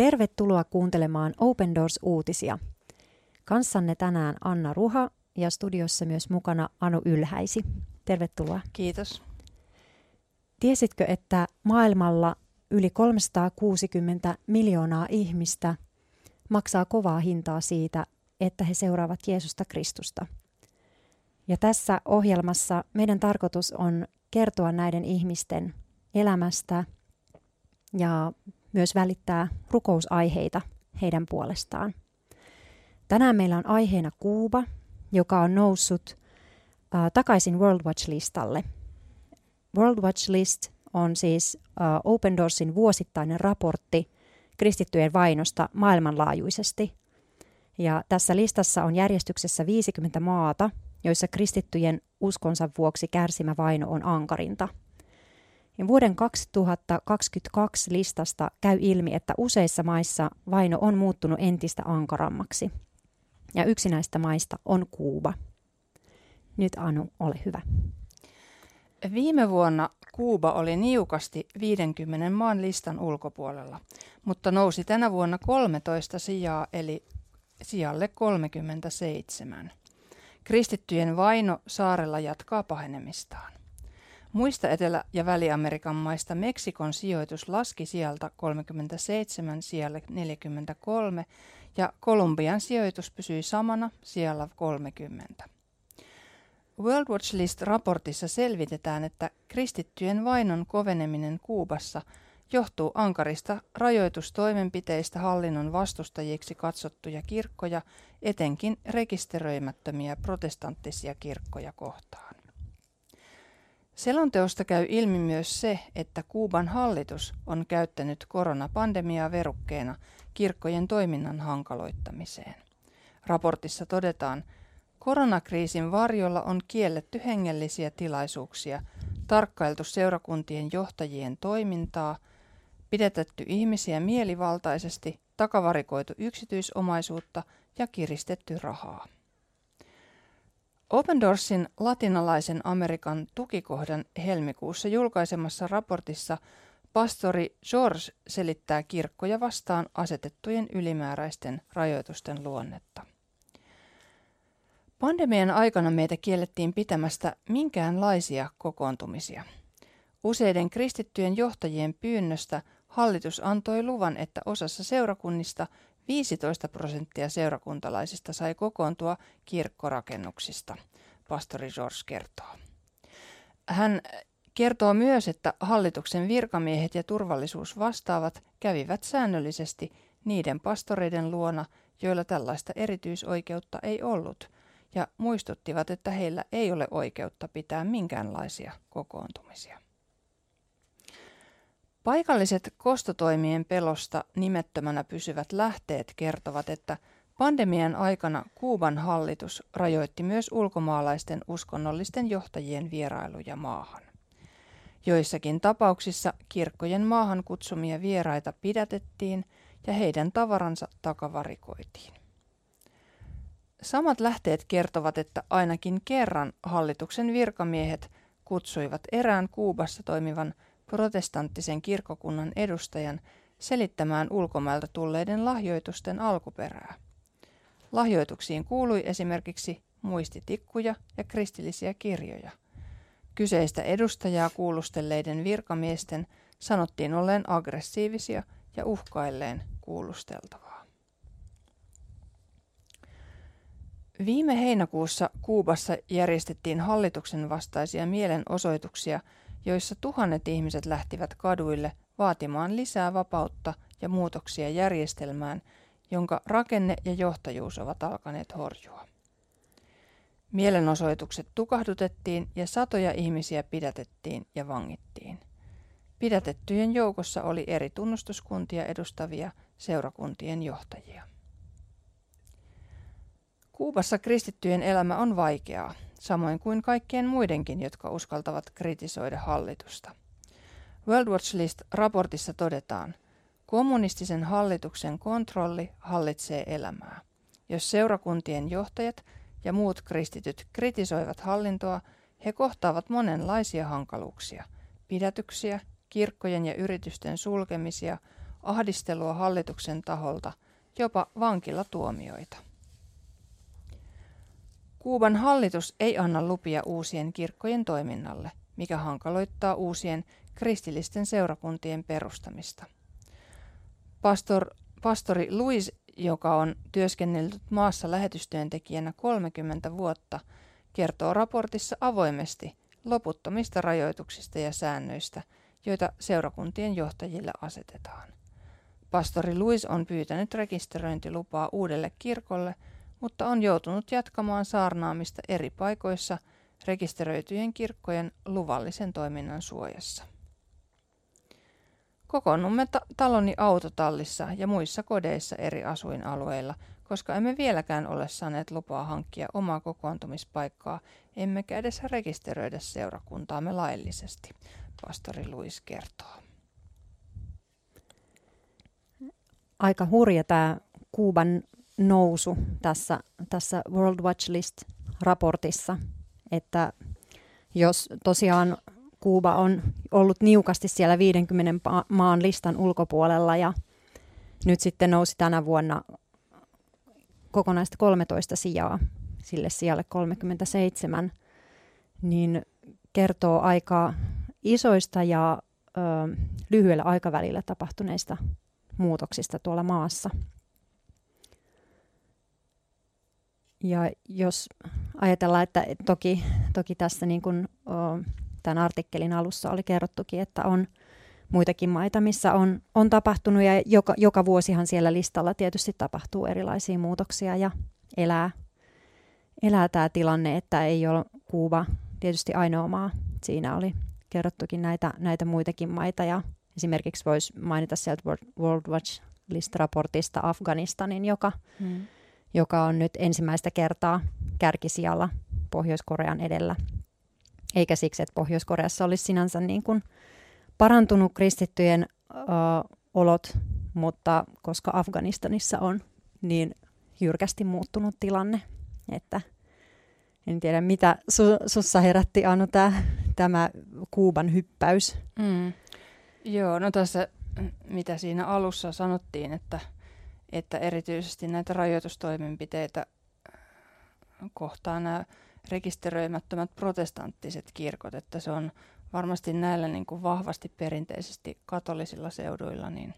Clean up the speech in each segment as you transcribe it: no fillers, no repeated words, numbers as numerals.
Tervetuloa kuuntelemaan Open Doors-uutisia. Kanssanne tänään Anna Ruha ja studiossa myös mukana Anu Ylhäisi. Tervetuloa. Kiitos. Tiesitkö, että maailmalla yli 360 miljoonaa ihmistä maksaa kovaa hintaa siitä, että he seuraavat Jeesusta Kristusta? Ja tässä ohjelmassa meidän tarkoitus on kertoa näiden ihmisten elämästä ja myös välittää rukousaiheita heidän puolestaan. Tänään meillä on aiheena Kuuba, joka on noussut takaisin World Watch-listalle. World Watch List on siis Open Doorsin vuosittainen raportti kristittyjen vainosta maailmanlaajuisesti. Ja tässä listassa on järjestyksessä 50 maata, joissa kristittyjen uskonsa vuoksi kärsimä vaino on ankarinta. Ja vuoden 2022 listasta käy ilmi, että useissa maissa vaino on muuttunut entistä ankarammaksi. Ja yksi näistä maista on Kuuba. Nyt Anu, ole hyvä. Viime vuonna Kuuba oli niukasti 50 maan listan ulkopuolella, mutta nousi tänä vuonna 13 sijaa eli sijalle 37. Kristittyjen vaino saarella jatkaa pahenemistaan. Muista Etelä- ja Väli-Amerikan maista Meksikon sijoitus laski sijalta 37 sijalle 43 ja Kolumbian sijoitus pysyi samana sijalla 30. World Watch List-raportissa selvitetään, että kristittyjen vainon koveneminen Kuubassa johtuu ankarista rajoitustoimenpiteistä hallinnon vastustajiksi katsottuja kirkkoja, etenkin rekisteröimättömiä protestanttisia kirkkoja kohtaan. Selonteosta käy ilmi myös se, että Kuuban hallitus on käyttänyt koronapandemiaa verukkeena kirkkojen toiminnan hankaloittamiseen. Raportissa todetaan, koronakriisin varjolla on kielletty hengellisiä tilaisuuksia, tarkkailtu seurakuntien johtajien toimintaa, pidätetty ihmisiä mielivaltaisesti, takavarikoitu yksityisomaisuutta ja kiristetty rahaa. Open Doorsin latinalaisen Amerikan tukikohdan helmikuussa julkaisemassa raportissa pastori George selittää kirkkoja vastaan asetettujen ylimääräisten rajoitusten luonnetta. Pandemian aikana meitä kiellettiin pitämästä minkäänlaisia kokoontumisia. Useiden kristittyjen johtajien pyynnöstä hallitus antoi luvan, että osassa seurakunnista 15% seurakuntalaisista sai kokoontua kirkkorakennuksista, pastori George kertoo. Hän kertoo myös, että hallituksen virkamiehet ja turvallisuusvastaavat kävivät säännöllisesti niiden pastoreiden luona, joilla tällaista erityisoikeutta ei ollut, ja muistuttivat, että heillä ei ole oikeutta pitää minkäänlaisia kokoontumisia. Paikalliset kostotoimien pelosta nimettömänä pysyvät lähteet kertovat, että pandemian aikana Kuuban hallitus rajoitti myös ulkomaalaisten uskonnollisten johtajien vierailuja maahan. Joissakin tapauksissa kirkkojen maahan kutsumia vieraita pidätettiin ja heidän tavaransa takavarikoitiin. Samat lähteet kertovat, että ainakin kerran hallituksen virkamiehet kutsuivat erään Kuubassa toimivan protestanttisen kirkkokunnan edustajan selittämään ulkomailta tulleiden lahjoitusten alkuperää. Lahjoituksiin kuului esimerkiksi muistitikkuja ja kristillisiä kirjoja. Kyseistä edustajaa kuulustelleiden virkamiesten sanottiin olleen aggressiivisia ja uhkailleen kuulusteltavaa. Viime heinäkuussa Kuubassa järjestettiin hallituksen vastaisia mielenosoituksia, joissa tuhannet ihmiset lähtivät kaduille vaatimaan lisää vapautta ja muutoksia järjestelmään, jonka rakenne ja johtajuus ovat alkaneet horjua. Mielenosoitukset tukahdutettiin ja satoja ihmisiä pidätettiin ja vangittiin. Pidätettyjen joukossa oli eri tunnustuskuntia edustavia seurakuntien johtajia. Kuubassa kristittyjen elämä on vaikeaa, samoin kuin kaikkien muidenkin, jotka uskaltavat kritisoida hallitusta. World Watch List-raportissa todetaan, kommunistisen hallituksen kontrolli hallitsee elämää. Jos seurakuntien johtajat ja muut kristityt kritisoivat hallintoa, he kohtaavat monenlaisia hankaluuksia, pidätyksiä, kirkkojen ja yritysten sulkemisia, ahdistelua hallituksen taholta, jopa vankilatuomioita. Kuuban hallitus ei anna lupia uusien kirkkojen toiminnalle, mikä hankaloittaa uusien kristillisten seurakuntien perustamista. Pastori Luis, joka on työskennellyt maassa lähetystyöntekijänä 30 vuotta, kertoo raportissa avoimesti loputtomista rajoituksista ja säännöistä, joita seurakuntien johtajille asetetaan. Pastori Luis on pyytänyt rekisteröintilupaa uudelle kirkolle, mutta on joutunut jatkamaan saarnaamista eri paikoissa rekisteröityjen kirkkojen luvallisen toiminnan suojassa. Kokoonnumme taloni autotallissa ja muissa kodeissa eri asuinalueilla, koska emme vieläkään ole saaneet lupaa hankkia omaa kokoontumispaikkaa, emmekä edes rekisteröidä seurakuntaamme laillisesti, pastori Luis kertoo. Aika hurja tämä Kuuban nousu tässä World Watch List-raportissa, että jos tosiaan Kuuba on ollut niukasti siellä 50 maan listan ulkopuolella ja nyt sitten nousi tänä vuonna kokonaista 13 sijaa sille sijalle 37, niin kertoo aika isoista ja lyhyellä aikavälillä tapahtuneista muutoksista tuolla maassa. Ja jos ajatellaan, että toki tässä niin kuin tämän artikkelin alussa oli kerrottukin, että on muitakin maita, missä on tapahtunut ja joka vuosihan siellä listalla tietysti tapahtuu erilaisia muutoksia ja elää tämä tilanne, että ei ole Kuuba tietysti ainoa maa. Siinä oli kerrottukin näitä muitakin maita ja esimerkiksi voisi mainita sieltä World Watch List-raportista Afganistanin, joka on nyt ensimmäistä kertaa kärkisijalla Pohjois-Korean edellä. Eikä siksi, että Pohjois-Koreassa olisi sinänsä niin kuin parantunut kristittyjen olot, mutta koska Afganistanissa on niin jyrkästi muuttunut tilanne, että en tiedä mitä sussa herätti Anu tämä Kuuban hyppäys. Joo, no tässä mitä siinä alussa sanottiin, että erityisesti näitä rajoitustoimenpiteitä kohtaa nämä rekisteröimättömät protestanttiset kirkot, että se on varmasti näillä niin kuin vahvasti perinteisesti katolisilla seuduilla, niin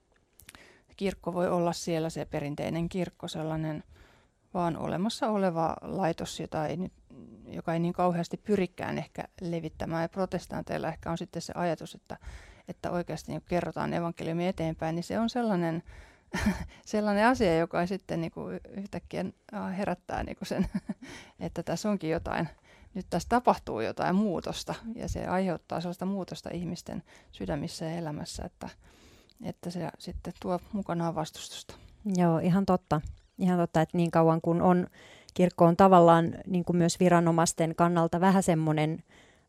kirkko voi olla siellä se perinteinen kirkko, sellainen vaan olemassa oleva laitos, joka ei niin kauheasti pyrikään ehkä levittämään. Ja protestanteilla ehkä on sitten se ajatus, että oikeasti niin kerrotaan evankeliumi eteenpäin, niin se on sellainen asia, joka sitten niin kuin yhtäkkiä herättää niin kuin sen, että tässä onkin jotain, nyt tässä tapahtuu jotain muutosta ja se aiheuttaa sellaista muutosta ihmisten sydämissä ja elämässä, että se sitten tuo mukanaan vastustusta. Joo, ihan totta, että niin kauan kun kirkko on tavallaan niin kuin myös viranomaisten kannalta vähän semmoinen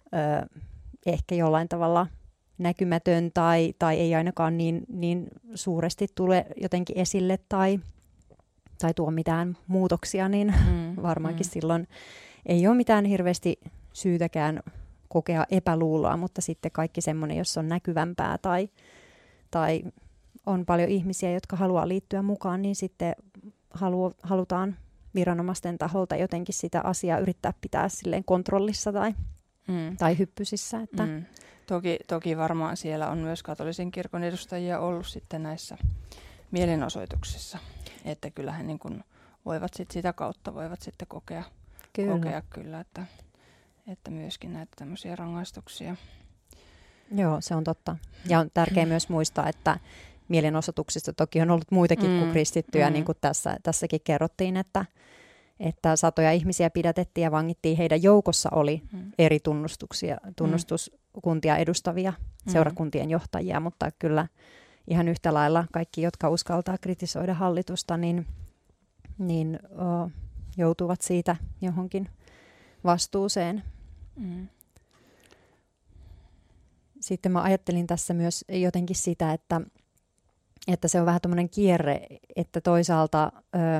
ehkä jollain tavalla näkymätön tai ei ainakaan niin suuresti tule jotenkin esille tai tuo mitään muutoksia, niin varmaankin silloin ei ole mitään hirveästi syytäkään kokea epäluuloa, mutta sitten kaikki semmoinen, jos on näkyvämpää tai on paljon ihmisiä, jotka haluaa liittyä mukaan, niin sitten halutaan viranomaisten taholta jotenkin sitä asiaa yrittää pitää silleen kontrollissa tai hyppysissä. Että Toki varmaan siellä on myös katolisen kirkon edustajia ollut sitten näissä mielenosoituksissa, että kyllähän niin kuin voivat sitä kautta kokea kyllä, että myöskin näitä tämmöisiä rangaistuksia. Joo, se on totta. Ja on tärkeää myös muistaa, että mielenosoituksista toki on ollut muitakin kuin kristittyjä, niin kuin tässäkin kerrottiin, että satoja ihmisiä pidätettiin ja vangittiin. Heidän joukossa oli eri tunnustuskuntia edustavia seurakuntien johtajia, mutta kyllä ihan yhtä lailla kaikki, jotka uskaltaa kritisoida hallitusta, niin joutuvat siitä johonkin vastuuseen. Sitten mä ajattelin tässä myös jotenkin sitä, että se on vähän tämmöinen kierre, että toisaalta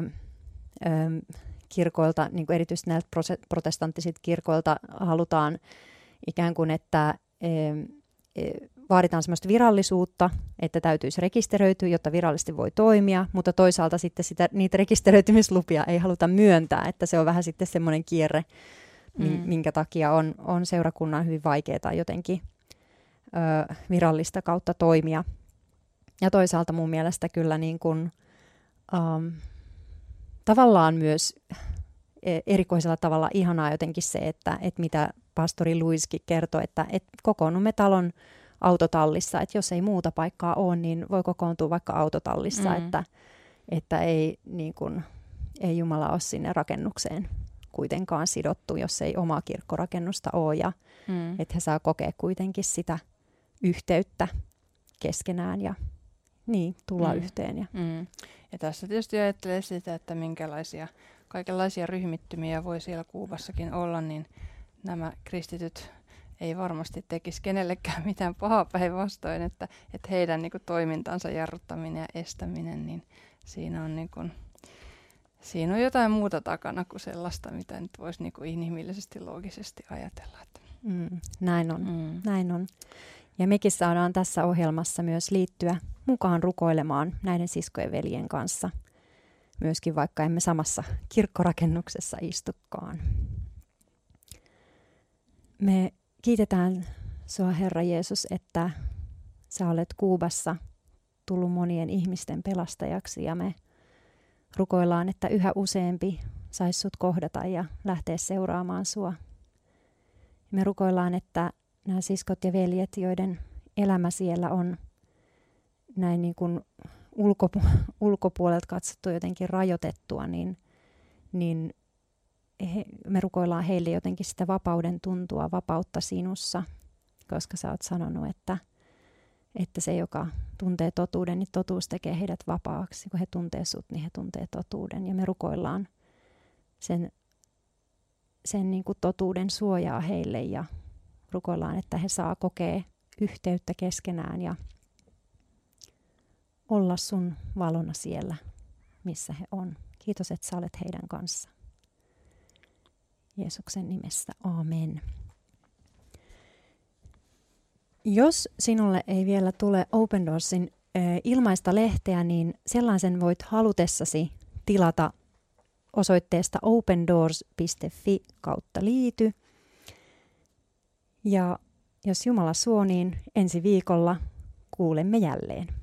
kirkoilta, niin kuin erityisesti näiltä protestanttisilta kirkoilta halutaan ikään kuin, että vaaditaan semmoista virallisuutta, että täytyisi rekisteröityä, jotta virallisesti voi toimia, mutta toisaalta sitten niitä rekisteröitymislupia ei haluta myöntää, että se on vähän sitten semmoinen kierre, minkä takia on seurakunnan hyvin vaikeaa jotenkin virallista kautta toimia. Ja toisaalta mun mielestä kyllä niin kuin, tavallaan myös erikoisella tavalla ihanaa jotenkin se, että mitä pastori Luiskin kertoi, että kokoonnumme talon autotallissa, että jos ei muuta paikkaa ole, niin voi kokoontua vaikka autotallissa, että ei, niin kuin, ei Jumala ole sinne rakennukseen kuitenkaan sidottu, jos ei omaa kirkkorakennusta ole, ja että he saa kokea kuitenkin sitä yhteyttä keskenään ja tulla yhteen. Ja tässä tietysti ajattelee sitä, että minkälaisia kaikenlaisia ryhmittymiä voi siellä Kuubassakin olla, niin nämä kristityt ei varmasti tekisi kenellekään mitään pahaa, päinvastoin, että heidän niin kuin toimintansa jarruttaminen ja estäminen, niin siinä on jotain muuta takana kuin sellaista, mitä nyt voisi niin kuin inhimillisesti, loogisesti ajatella. Näin on. Ja mekin saadaan tässä ohjelmassa myös liittyä mukaan rukoilemaan näiden siskojen veljen kanssa, myöskin vaikka emme samassa kirkkorakennuksessa istukaan. Me kiitetään sinua, Herra Jeesus, että sä olet Kuubassa tullut monien ihmisten pelastajaksi, ja me rukoillaan, että yhä useampi saisi sut kohdata ja lähteä seuraamaan sua. Me rukoillaan, että nämä siskot ja veljet, joiden elämä siellä on näin niin kuin ulkopuolelta katsottu jotenkin rajoitettua, niin me rukoillaan heille jotenkin sitä vapauden tuntua, vapautta sinussa, koska sä oot sanonut, että se, joka tuntee totuuden, niin totuus tekee heidät vapaaksi. Kun he tuntee sut, niin he tuntee totuuden. Ja me rukoillaan sen niin kuin totuuden suojaa heille, ja rukoillaan, että he saa kokea yhteyttä keskenään ja olla sun valona siellä, missä he on. Kiitos, että sä olet heidän kanssa. Jeesuksen nimessä, aamen. Jos sinulle ei vielä tule Open Doorsin ilmaista lehteä, niin sellaisen voit halutessasi tilata osoitteesta opendoors.fi/liity. Ja jos Jumala suo, niin ensi viikolla kuulemme jälleen.